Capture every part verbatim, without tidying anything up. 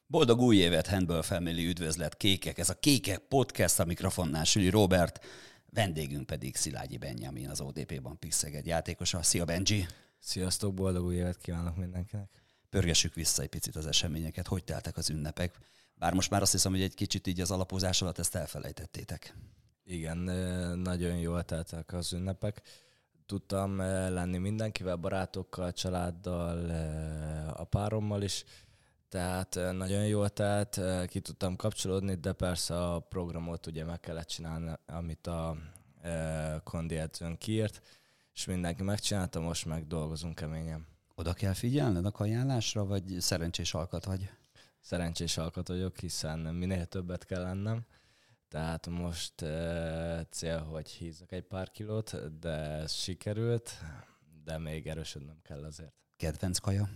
Boldog új évet, Handball Family, üdvözlet Kékek! Ez a Kékek Podcast, a mikrofonnál Süli Róbert, vendégünk pedig Szilágyi Benjamin, az o dé pé-ban Piszeged játékosa. Szia Benji! Sziasztok, boldog új évet kívánok mindenkinek! Pörgessük vissza egy picit az eseményeket, hogy teltek az ünnepek? Bár most már azt hiszem, hogy egy kicsit így az alapozás alatt ezt elfelejtettétek. Igen, nagyon jól teltek az ünnepek. Tudtam lenni mindenkivel, barátokkal, családdal, a párommal is. Tehát nagyon jól telt, ki tudtam kapcsolódni, de persze a programot ugye meg kellett csinálni, amit a kondi edzőn kiírt, és mindenki megcsinálta, most meg dolgozunk keményen. Oda kell figyelned a kajálásra, vagy szerencsés alkat vagy? Szerencsés alkat vagyok, hiszen minél többet kell lennem. Tehát most cél, hogy hízzak egy pár kilót, de ez sikerült, de még erősödnöm kell azért. Kedvenc kaja?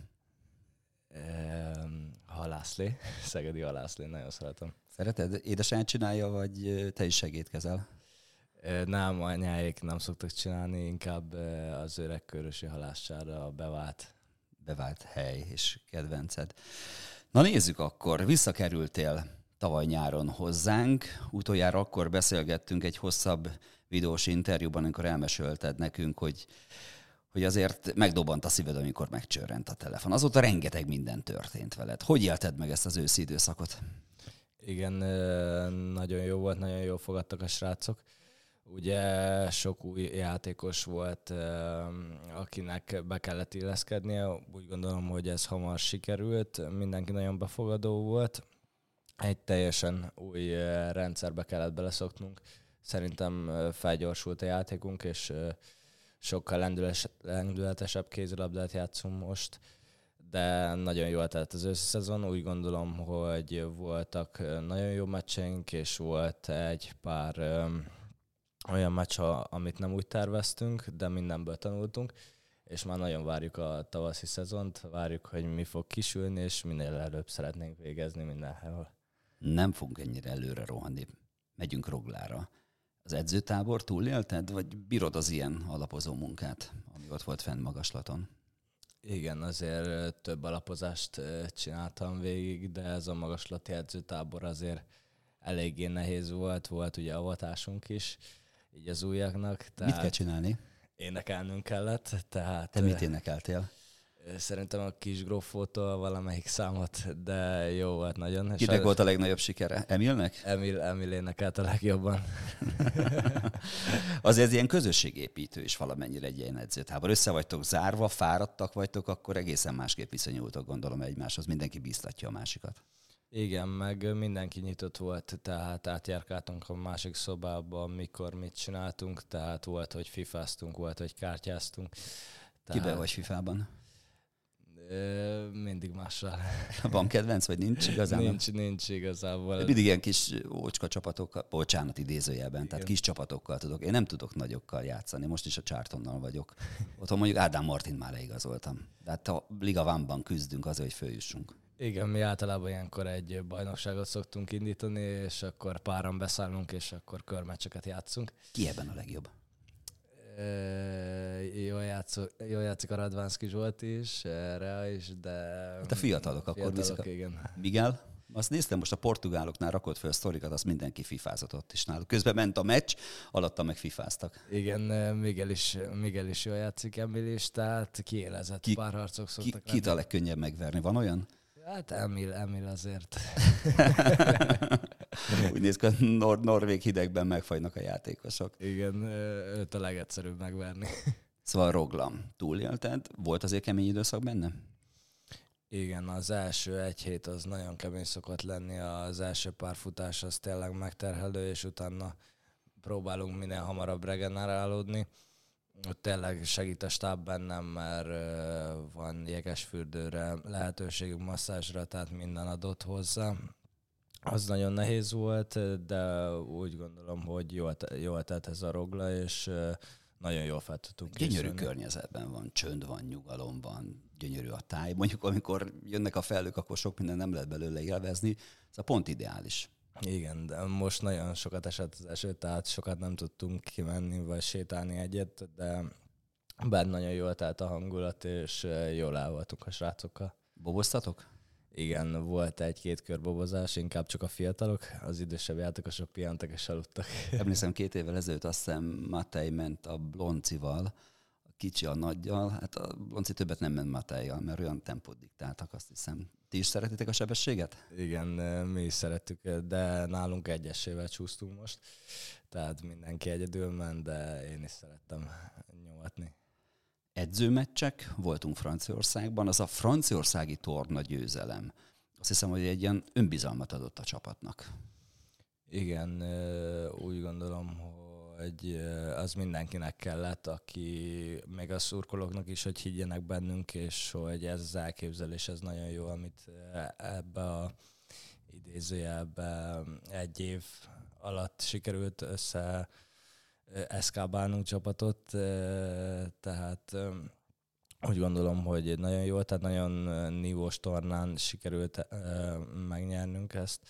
Halászlé, szegedi halászlé, nagyon szeretem. Szereted? Édesanyád csinálja, vagy te is segítkezel? Nem, anyáik nem szoktak csinálni, inkább az öregkörösi halászsára bevált. Bevált hely és kedvenced. Na nézzük akkor, visszakerültél tavaly nyáron hozzánk. Utoljára akkor beszélgettünk egy hosszabb videós interjúban, amikor elmesélted nekünk, hogy hogy azért megdobant a szíved, amikor megcsörrent a telefon. Azóta rengeteg minden történt veled. Hogy élted meg ezt az őszi időszakot? Igen, nagyon jó volt, nagyon jól fogadtak a srácok. Ugye sok új játékos volt, akinek be kellett illeszkednie. Úgy gondolom, hogy ez hamar sikerült. Mindenki nagyon befogadó volt. Egy teljesen új rendszerbe kellett beleszoknunk. Szerintem felgyorsult a játékunk, és sokkal lendületesebb kézilabdát játszunk most, de nagyon jól telt az őszi szezon. Úgy gondolom, hogy voltak nagyon jó meccseink, és volt egy pár öm, olyan meccs, amit nem úgy terveztünk, de mindenből tanultunk, és már nagyon várjuk a tavaszi szezont, várjuk, hogy mi fog kisülni, és minél előbb szeretnénk végezni mindenhol. Nem fogunk ennyire előre rohanni. Megyünk Roglára. Az edzőtábor túlélted, vagy bírod az ilyen alapozó munkát, ami ott volt fenn magaslaton? Igen, azért több alapozást csináltam végig, de ez a magaslati edzőtábor azért eléggé nehéz volt, volt ugye avatásunk is, így az újaknak. Mit kell csinálni? Énekelnünk kellett. Tehát Te mit énekeltél? Szerintem a Kisgrófótól valamelyik számot, de jó volt nagyon. Kinek volt a legnagyobb sikere? Emilnek? Emil, Emil énekelt a legjobban. Azért ilyen közösségépítő is valamennyire egy ilyen edzőtábor. Össze vagytok zárva, fáradtak vagytok, akkor egészen másképp viszonyultok, gondolom egymáshoz. Mindenki bíztatja a másikat. Igen, meg mindenki nyitott volt, tehát átjárkáltunk a másik szobába, mikor mit csináltunk, tehát volt, hogy fifáztunk, volt, hogy kártyáztunk. Tehát... Kiben vagy fifában? Mindig mással. Van kedvenc, vagy nincs igazán? Nincs, nincs igazából. Mindig ilyen kis ócska csapatokkal, bocsánat, idézőjelben, igen. Tehát kis csapatokkal tudok. Én nem tudok nagyokkal játszani, most is a Charltonnal vagyok. Otthon mondjuk Ádám Martin már leigazoltam. De hát a Liga One-ban küzdünk azért, hogy följussunk. Igen, mi általában ilyenkor egy bajnokságot szoktunk indítani, és akkor páran beszállunk, és akkor körmeccseket játszunk. Ki ebben a legjobb? Jól, játszó, jól játszik a Radvánszky Zsolt is, Rea is, de... Hát a fiatalok akkor viszik. A... Igen. Miguel? Azt néztem, most a portugáloknál rakott föl sztorikat, azt mindenki fifázott ott is náluk. Közben ment a meccs, alatta meg fifáztak. Igen, Miguel is, Miguel is jól játszik, Emil is, tehát kiélezett ki, pár harcok szoktak ki, Kit a legkönnyebb megverni? Van olyan? Hát Emil, Emil azért. Úgy néz ki, a nor- norvég hidegben megfagynak a játékosok. Igen, őt a legegyszerűbb megverni. Szóval Rogla, túlélted? Volt azért kemény időszak benne? Igen, az első egy hét az nagyon kemény szokott lenni, az első pár futás az tényleg megterhelő, és utána próbálunk minél hamarabb regenerálódni. Ott tényleg segít a stáb bennem, mert van jegesfürdőre, lehetőségünk masszázsra, tehát minden adott hozzá. Az nagyon nehéz volt, de úgy gondolom, hogy jól, jól tett ez a Rogla, és nagyon jól fel tudtunk készülni. Gyönyörű környezetben van, csönd van, nyugalom van, gyönyörű a táj. Mondjuk amikor jönnek a felhők, akkor sok minden nem lehet belőle élvezni, ez pont ideális. Igen, de most nagyon sokat esett az eső, tehát sokat nem tudtunk kimenni, vagy sétálni egyet, de benne nagyon jól telt a hangulat, és jól el voltunk a srácokkal. Boboztatok? Igen, volt egy-két körbobozás, inkább csak a fiatalok, az idősebb játékosok pihentek és aludtak. Emlékszem, két évvel ezelőtt azt hiszem Matej ment a Bloncival, a kicsi a nagyjal. Hát a Blonci többet nem ment Matejjal, mert olyan tempót diktáltak, azt hiszem. Ti is szeretitek a sebességet? Igen, mi is szerettük, de nálunk egyesével csúsztunk most. Tehát mindenki egyedül ment, de én is szerettem nyomatni. Edzőmeccsek, voltunk Franciaországban, az a franciaországi torna győzelem. Azt hiszem, hogy egy ilyen önbizalmat adott a csapatnak. Igen, úgy gondolom, hogy az mindenkinek kellett, aki még a szurkolóknak is, hogy higgyenek bennünk, és hogy ez az elképzelés, ez nagyon jó, amit ebbe a idézőjelbe egy év alatt sikerült össze eszkábálnunk csapatot, tehát úgy gondolom, hogy nagyon jó, tehát nagyon nívós tornán sikerült megnyernünk ezt,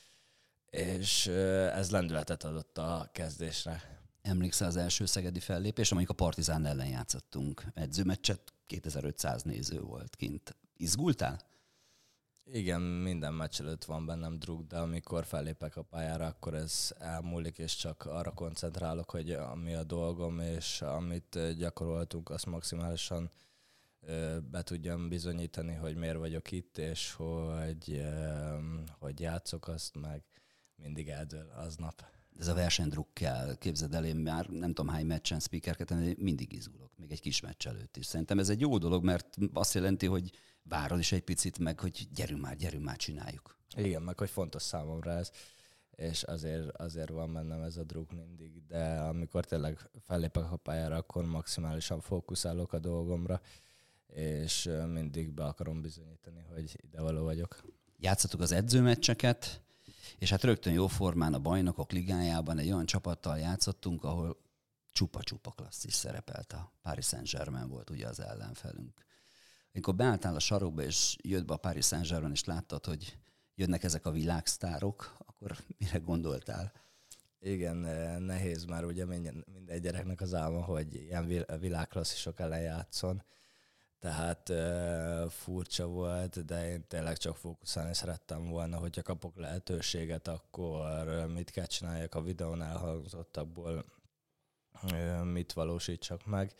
és ez lendületet adott a kezdésre. Emlékszel az első szegedi fellépés, amelyik a Partizán ellen játszottunk. Edzőmeccset, kétezer-ötszáz néző volt kint. Izgultál? Igen, minden meccs előtt van bennem druk, de amikor fellépek a pályára, akkor ez elmúlik, és csak arra koncentrálok, hogy ami a dolgom, és amit gyakoroltunk, azt maximálisan be tudjam bizonyítani, hogy miért vagyok itt, és hogy, hogy játszok, azt meg mindig eldől aznap. Ez a versenydruk kell. Képzeld el, én már nem tudom hány meccsen speakerkedtem, de mindig izgulok, még egy kis meccs előtt is. Szerintem ez egy jó dolog, mert azt jelenti, hogy várod is egy picit, meg hogy gyerünk már, gyerünk már, csináljuk. Igen, meg hogy fontos számomra ez, és azért, azért van bennem ez a druk mindig, de amikor tényleg fellépek a pályára, akkor maximálisan fókuszálok a dolgomra, és mindig be akarom bizonyítani, hogy idevaló vagyok. Játszottuk az edzőmeccseket, és hát rögtön jó formán a Bajnokok Ligájában egy olyan csapattal játszottunk, ahol csupa-csupa klasszis szerepelt. A Paris Saint-Germain volt ugye az ellenfelünk. Amikor beálltál a sarokba, és jött be a Paris Saint-Germain, és láttad, hogy jönnek ezek a világsztárok, akkor mire gondoltál? Igen, nehéz már ugye minden gyereknek az álma, hogy ilyen világklasszisok ellen játszon. Tehát uh, furcsa volt, de én tényleg csak fókuszálni szerettem volna, hogyha kapok lehetőséget, akkor mit kell csináljak a videón elhangzottakból, uh, mit valósítsak meg.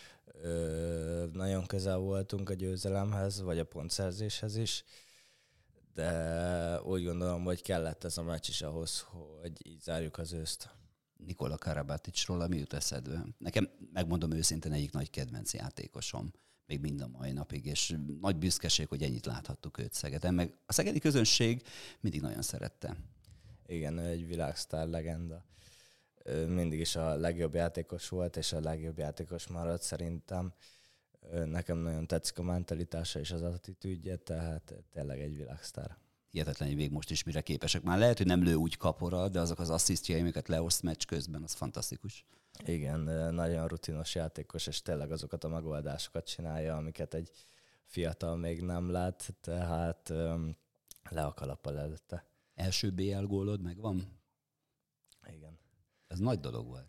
Uh, nagyon közel voltunk a győzelemhez, vagy a pontszerzéshez is, de úgy gondolom, hogy kellett ez a meccs is ahhoz, hogy így zárjuk az őszt. Nikola Karabaticsról mi jut eszedbe? Nekem, megmondom őszintén, egyik nagy kedvenc játékosom. Még mind a mai napig, és nagy büszkeség, hogy ennyit láthattuk őt Szegeden, meg a szegedi közönség mindig nagyon szerette. Igen, ő egy világsztár legenda. Ő mindig is a legjobb játékos volt, és a legjobb játékos maradt szerintem. Nekem nagyon tetszik a mentalitása és az attitűdje, tehát tényleg egy világsztár. Hihetetlen, hogy még most is mire képesek. Már lehet, hogy nem lő úgy kapora, de azok az asszisztjai, amiket leoszt meccs közben, az fantasztikus. Igen, nagyon rutinos játékos, és tényleg azokat a megoldásokat csinálja, amiket egy fiatal még nem lát, tehát le a kalappal előtte. Első bé el gólod megvan? Igen. Ez nagy dolog volt.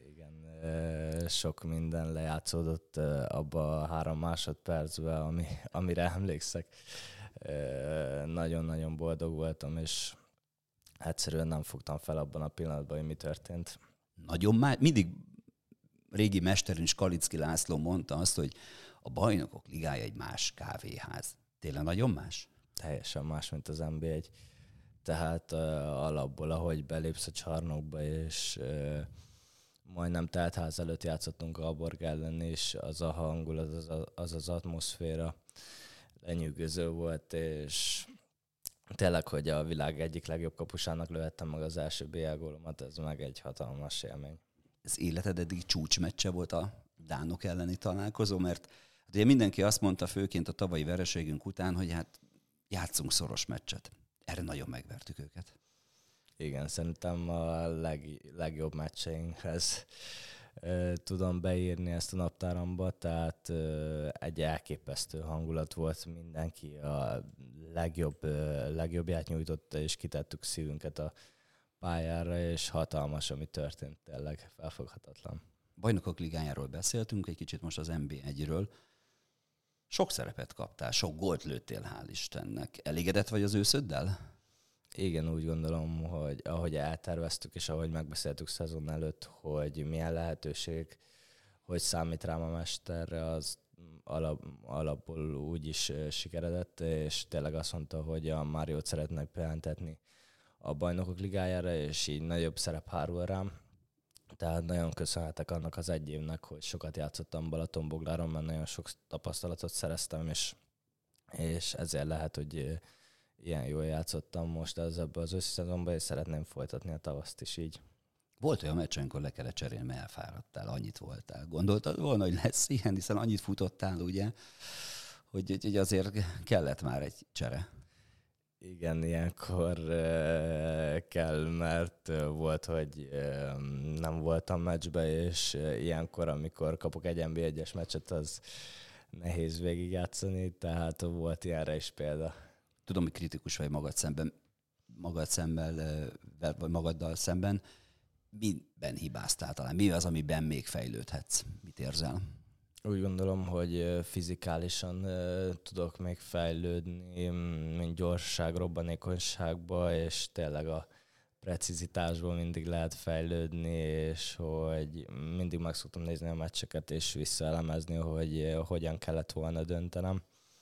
Igen, sok minden lejátszódott abba a három másodpercben, ami, amire emlékszek. Nagyon-nagyon boldog voltam, és egyszerűen nem fogtam fel abban a pillanatban, hogy mi történt. Nagyon már, mindig régi mesterünk Skalicki László mondta azt, hogy a Bajnokok Ligája egy más kávéház. Tényleg nagyon más? Teljesen más, mint az en bé egy. Tehát uh, alapból, ahogy belépsz a csarnokba, és uh, majdnem teltház előtt játszottunk a Borg ellen, és az a hangulat, az, a, az az atmoszféra lenyűgöző volt, és tényleg, hogy a világ egyik legjobb kapusának lőhettem meg az első bé el gólomat, ez meg egy hatalmas élmény. Ez életed eddig csúcsmeccse volt a dánok elleni találkozó, mert hát ugye mindenki azt mondta, főként a tavalyi vereségünk után, hogy hát játszunk szoros meccset. Erre nagyon megvertük őket. Igen, szerintem a leg, legjobb meccseinkhez e, tudom beírni ezt a naptáramba, tehát e, egy elképesztő hangulat volt, mindenki a legjobb, e, legjobbját nyújtotta, és kitettük szívünket a pályára, és hatalmas, ami történt, tényleg felfoghatatlan. Bajnokok Ligájáról beszéltünk, egy kicsit most az en bé egyről. Sok szerepet kaptál, sok gólt lőttél, hál' Istennek. Elégedett vagy az őszöddel? Igen, úgy gondolom, hogy ahogy elterveztük, és ahogy megbeszéltük szezon előtt, hogy milyen lehetőség, hogy számít rám a mesterre, az alap, alapból úgy is sikeredett, és tényleg azt mondta, hogy a Máriót szeretnek bejelentetni a Bajnokok Ligájára, és így nagyobb szerep hárul rám. Tehát nagyon köszönhetek annak az egy évnek, hogy sokat játszottam Balatonbogláron, mert nagyon sok tapasztalatot szereztem, és, és ezért lehet, hogy ilyen jól játszottam most az ebben az őszi szezonban, és szeretném folytatni a tavaszt is így. Volt olyan meccs, amikor le kellett cserélni, mert elfáradtál, annyit voltál. Gondoltad volna, hogy lesz ilyen, hiszen annyit futottál, ugye, hogy, hogy azért kellett már egy csere. Igen, ilyenkor uh, kell, mert uh, volt, hogy uh, nem voltam meccsbe, és uh, ilyenkor, amikor kapok egy en bé egyes meccset, az nehéz végigjátszani, tehát volt ilyenre is példa. Tudom, hogy kritikus vagy magad szemben, magad szemmel, vagy magaddal szemben. Miben hibáztál talán? Mi az, amiben még fejlődhetsz? Mit érzel? Úgy gondolom, hogy fizikálisan uh, tudok még fejlődni, mint gyorság, robbanékonyságba, és tényleg a precizitásból mindig lehet fejlődni, és hogy mindig meg szoktam nézni a meccseket, és visszaelemezni, hogy hogyan kellett volna döntenem.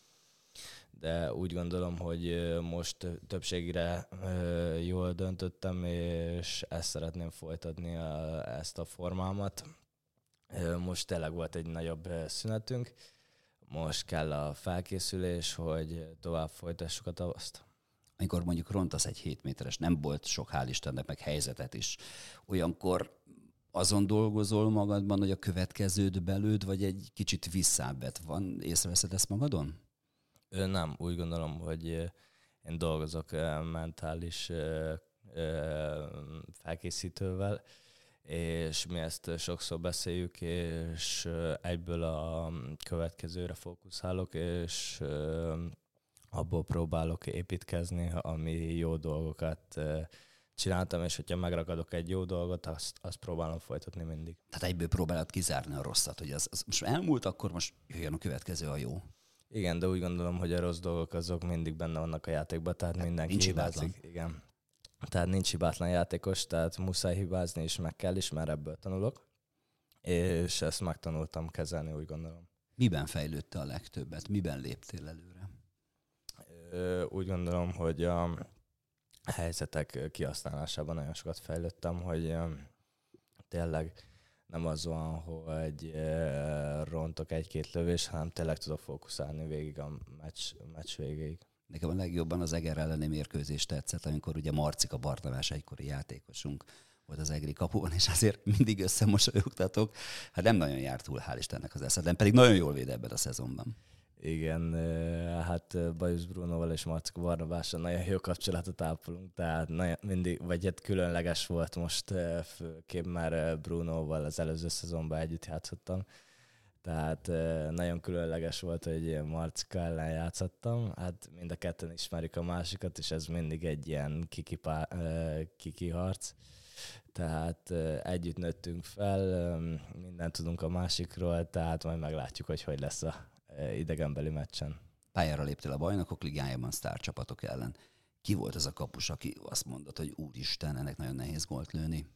De úgy gondolom, hogy most többségre jól döntöttem, és ezt szeretném folytatni, ezt a formámat. Most tényleg volt egy nagyobb szünetünk, most kell a felkészülés, hogy tovább folytassuk a tavaszt. Amikor mondjuk rontasz egy hét méteres, nem volt sok, hál' Istennek, meg helyzetet is, olyankor azon dolgozol magadban, hogy a következőd belőd, vagy egy kicsit visszábbet van? Észreveszed ezt magadon? Nem, úgy gondolom, hogy én dolgozok mentális felkészítővel, és mi ezt sokszor beszéljük, és egyből a következőre fókuszálok, és abból próbálok építkezni, ami jó dolgokat csináltam, és hogyha megragadok egy jó dolgot, azt, azt próbálom folytatni mindig. Tehát egyből próbálod kizárni a rosszat, hogy az, az most elmúlt, akkor most jöjjön a következő a jó. Igen, de úgy gondolom, hogy a rossz dolgok azok mindig benne vannak a játékban, tehát hát mindenki nincs hibázik. hibátlan. Igen. Tehát nincs hibátlan játékos, tehát muszáj hibázni, és meg kell is, mert ebből tanulok. És ezt megtanultam kezelni, úgy gondolom. Miben fejlődte a legtöbbet? Miben léptél előre? Úgy gondolom, hogy a helyzetek kihasználásában nagyon sokat fejlődtem, hogy tényleg nem az van, hogy rontok egy-két lövés, hanem tényleg tudok fókuszálni végig a meccs, meccs végéig. Nekem a legjobban az Eger elleni mérkőzés tetszett, amikor ugye Marcika Barnabás egykori játékosunk volt az egri kapuban, és azért mindig összemosolyogtatok. Hát nem nagyon járt túl, hál' Istennek az eszedben, pedig nagyon jól véd ebben a szezonban. Igen, hát Bajusz Brunoval és Marcika Barnabással nagyon jó kapcsolatot ápolunk, tehát nagyon, mindig, vagy hát különleges volt most, főképp már Brunoval az előző szezonban együtt játszottam. Tehát nagyon különleges volt, hogy Marcika ellen játszottam. Hát mind a ketten ismerik a másikat, és ez mindig egy ilyen kiki, pá, kiki harc. Tehát együtt nőttünk fel, mindent tudunk a másikról, tehát majd meglátjuk, hogy hogy lesz a idegenbeli meccsen. Pályára léptél a Bajnokok Ligájában sztárcsapatok ellen. Ki volt az a kapus, aki azt mondott, hogy úristen, ennek nagyon nehéz gólt lőni?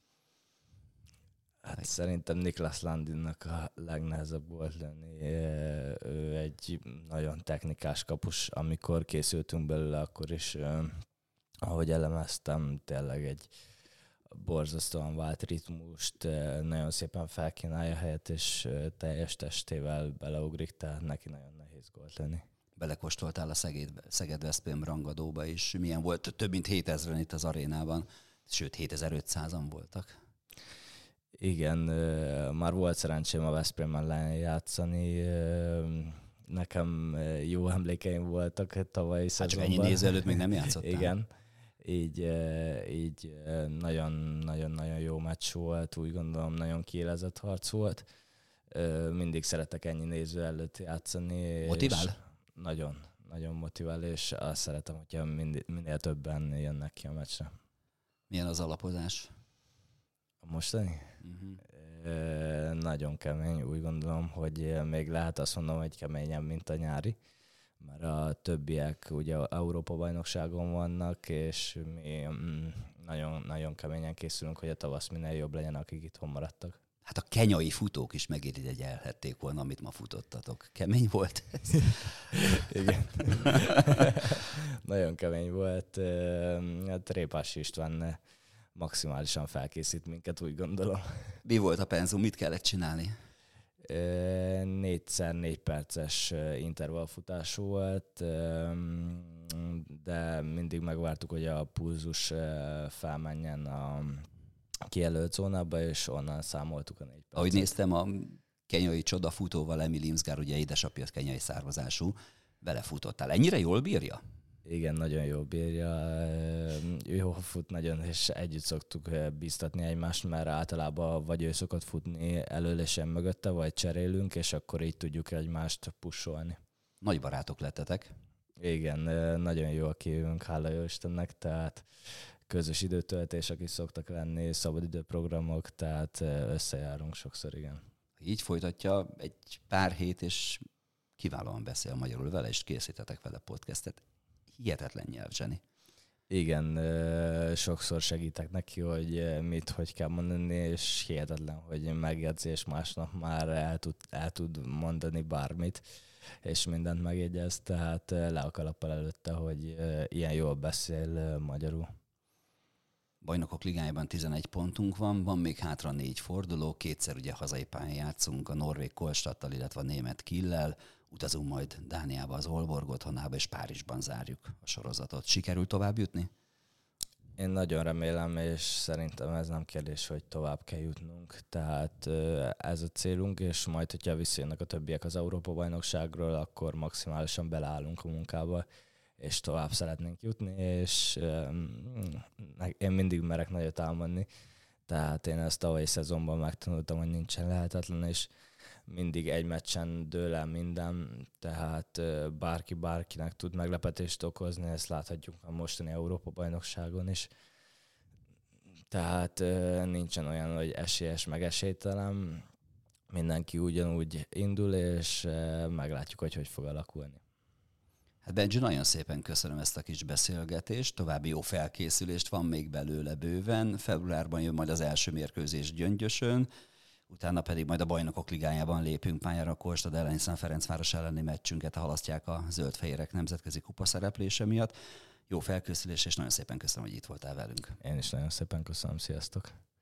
Hát szerintem Niklas Landinnak a legnehezebb volt lenni. Ő egy nagyon technikás kapus. Amikor készültünk belőle, akkor is, ahogy elemeztem, tényleg egy borzasztóan vált ritmust, nagyon szépen felkínálja helyet, és teljes testével beleugrik, tehát neki nagyon nehéz gólt lenni. Belekóstoltál a Szeged-Veszprém rangadóba is. Milyen volt? Több mint hétezren itt az arénában, sőt hétezer-ötszázan voltak. Igen, már volt szerencsém a Veszprém ellen játszani. Nekem jó emlékeim voltak tavalyi hát szezonban. Csak ennyi néző előtt még nem játszottál? Igen. Így, így nagyon-nagyon jó meccs volt, úgy gondolom, nagyon kiélezett harc volt. Mindig szeretek ennyi néző előtt játszani. Motivál? Nagyon, nagyon motivál, és azt szeretem, hogyha minél többen jönnek ki a meccsre. Milyen az alapozás? A mostani? Uh-huh. E, nagyon kemény, úgy gondolom, hogy még lehet azt mondom, hogy keményebb, mint a nyári, mert a többiek ugye Európa-bajnokságon vannak, és mi mm, nagyon, nagyon keményen készülünk, hogy a tavasz minél jobb legyen, akik itthon maradtak. Hát a kenyai futók is megirigyelhették volna, amit ma futottatok. Kemény volt ez? Igen. Nagyon kemény volt. Hát Répás István maximálisan felkészít minket, úgy gondolom. Mi volt a penzum? Mit kellett csinálni? Négyszer négy perces intervallfutás volt, de mindig megvártuk, hogy a pulzus felmenjen a kijelölt zónába, és onnan számoltuk a négy percet. Ahogy néztem, a kenyai csodafutóval, Emil Imsgár, ugye édesapja kenyai származású, vele futottál. Ennyire jól bírja? Igen, nagyon jól bírja. Ő jól fut nagyon, és együtt szoktuk bíztatni egymást, mert általában vagy ő szokott futni elől és én mögötte, vagy cserélünk, és akkor így tudjuk egymást pusolni. Nagy barátok lettetek. Igen, nagyon jól kijövünk, hála jó Istennek, tehát közös időtöltések is szoktak lenni, szabadidőprogramok, tehát összejárunk sokszor, igen. Így folytatja egy pár hét, és kiválóan beszél magyarul vele, és készítetek vele podcastet. Hihetetlen nyelv, Zseni. Igen, sokszor segítek neki, hogy mit, hogy kell mondani, és hihetetlen, hogy megjegyzi, és másnap már el tud, el tud mondani bármit, és mindent megjegyez, tehát le a kalappal előtte, hogy ilyen jól beszél magyarul. Bajnokok ligájában tizenegy pontunk van, van még hátra négy forduló, kétszer ugye hazai pályán játszunk, a norvég Kolstadttal, illetve a német Kiellel, utazunk majd Dániába, az Aalborg otthonába, és Párizsban zárjuk a sorozatot. Sikerül tovább jutni? Én nagyon remélem, és szerintem ez nem kérdés, hogy tovább kell jutnunk. Tehát ez a célunk, és majd, hogyha visszajönnek a többiek az Európa-bajnokságról, akkor maximálisan beleállunk a munkába, és tovább szeretnénk jutni, és én mindig merek nagyot álmodni. Tehát én ezt tavalyi szezonban megtanultam, hogy nincsen lehetetlen, és mindig egy meccsen dől el minden, tehát bárki bárkinek tud meglepetést okozni, ezt láthatjuk a mostani Európa-bajnokságon is. Tehát nincsen olyan, hogy esélyes meg esélytelen, mindenki ugyanúgy indul, és meglátjuk, hogy hogy fog alakulni. Hát Benji, nagyon szépen köszönöm ezt a kis beszélgetést, további jó felkészülést van még belőle bőven. Februárban jön majd az első mérkőzés Gyöngyösön, utána pedig majd a Bajnokok ligájában lépünk pályára, a Kolstad ellen, hiszen a Ferencváros elleni meccsünket halasztják a zöldfehérek nemzetközi kupa szereplése miatt. Jó felkészülés, és nagyon szépen köszönöm, hogy itt voltál velünk. Én is nagyon szépen köszönöm, sziasztok!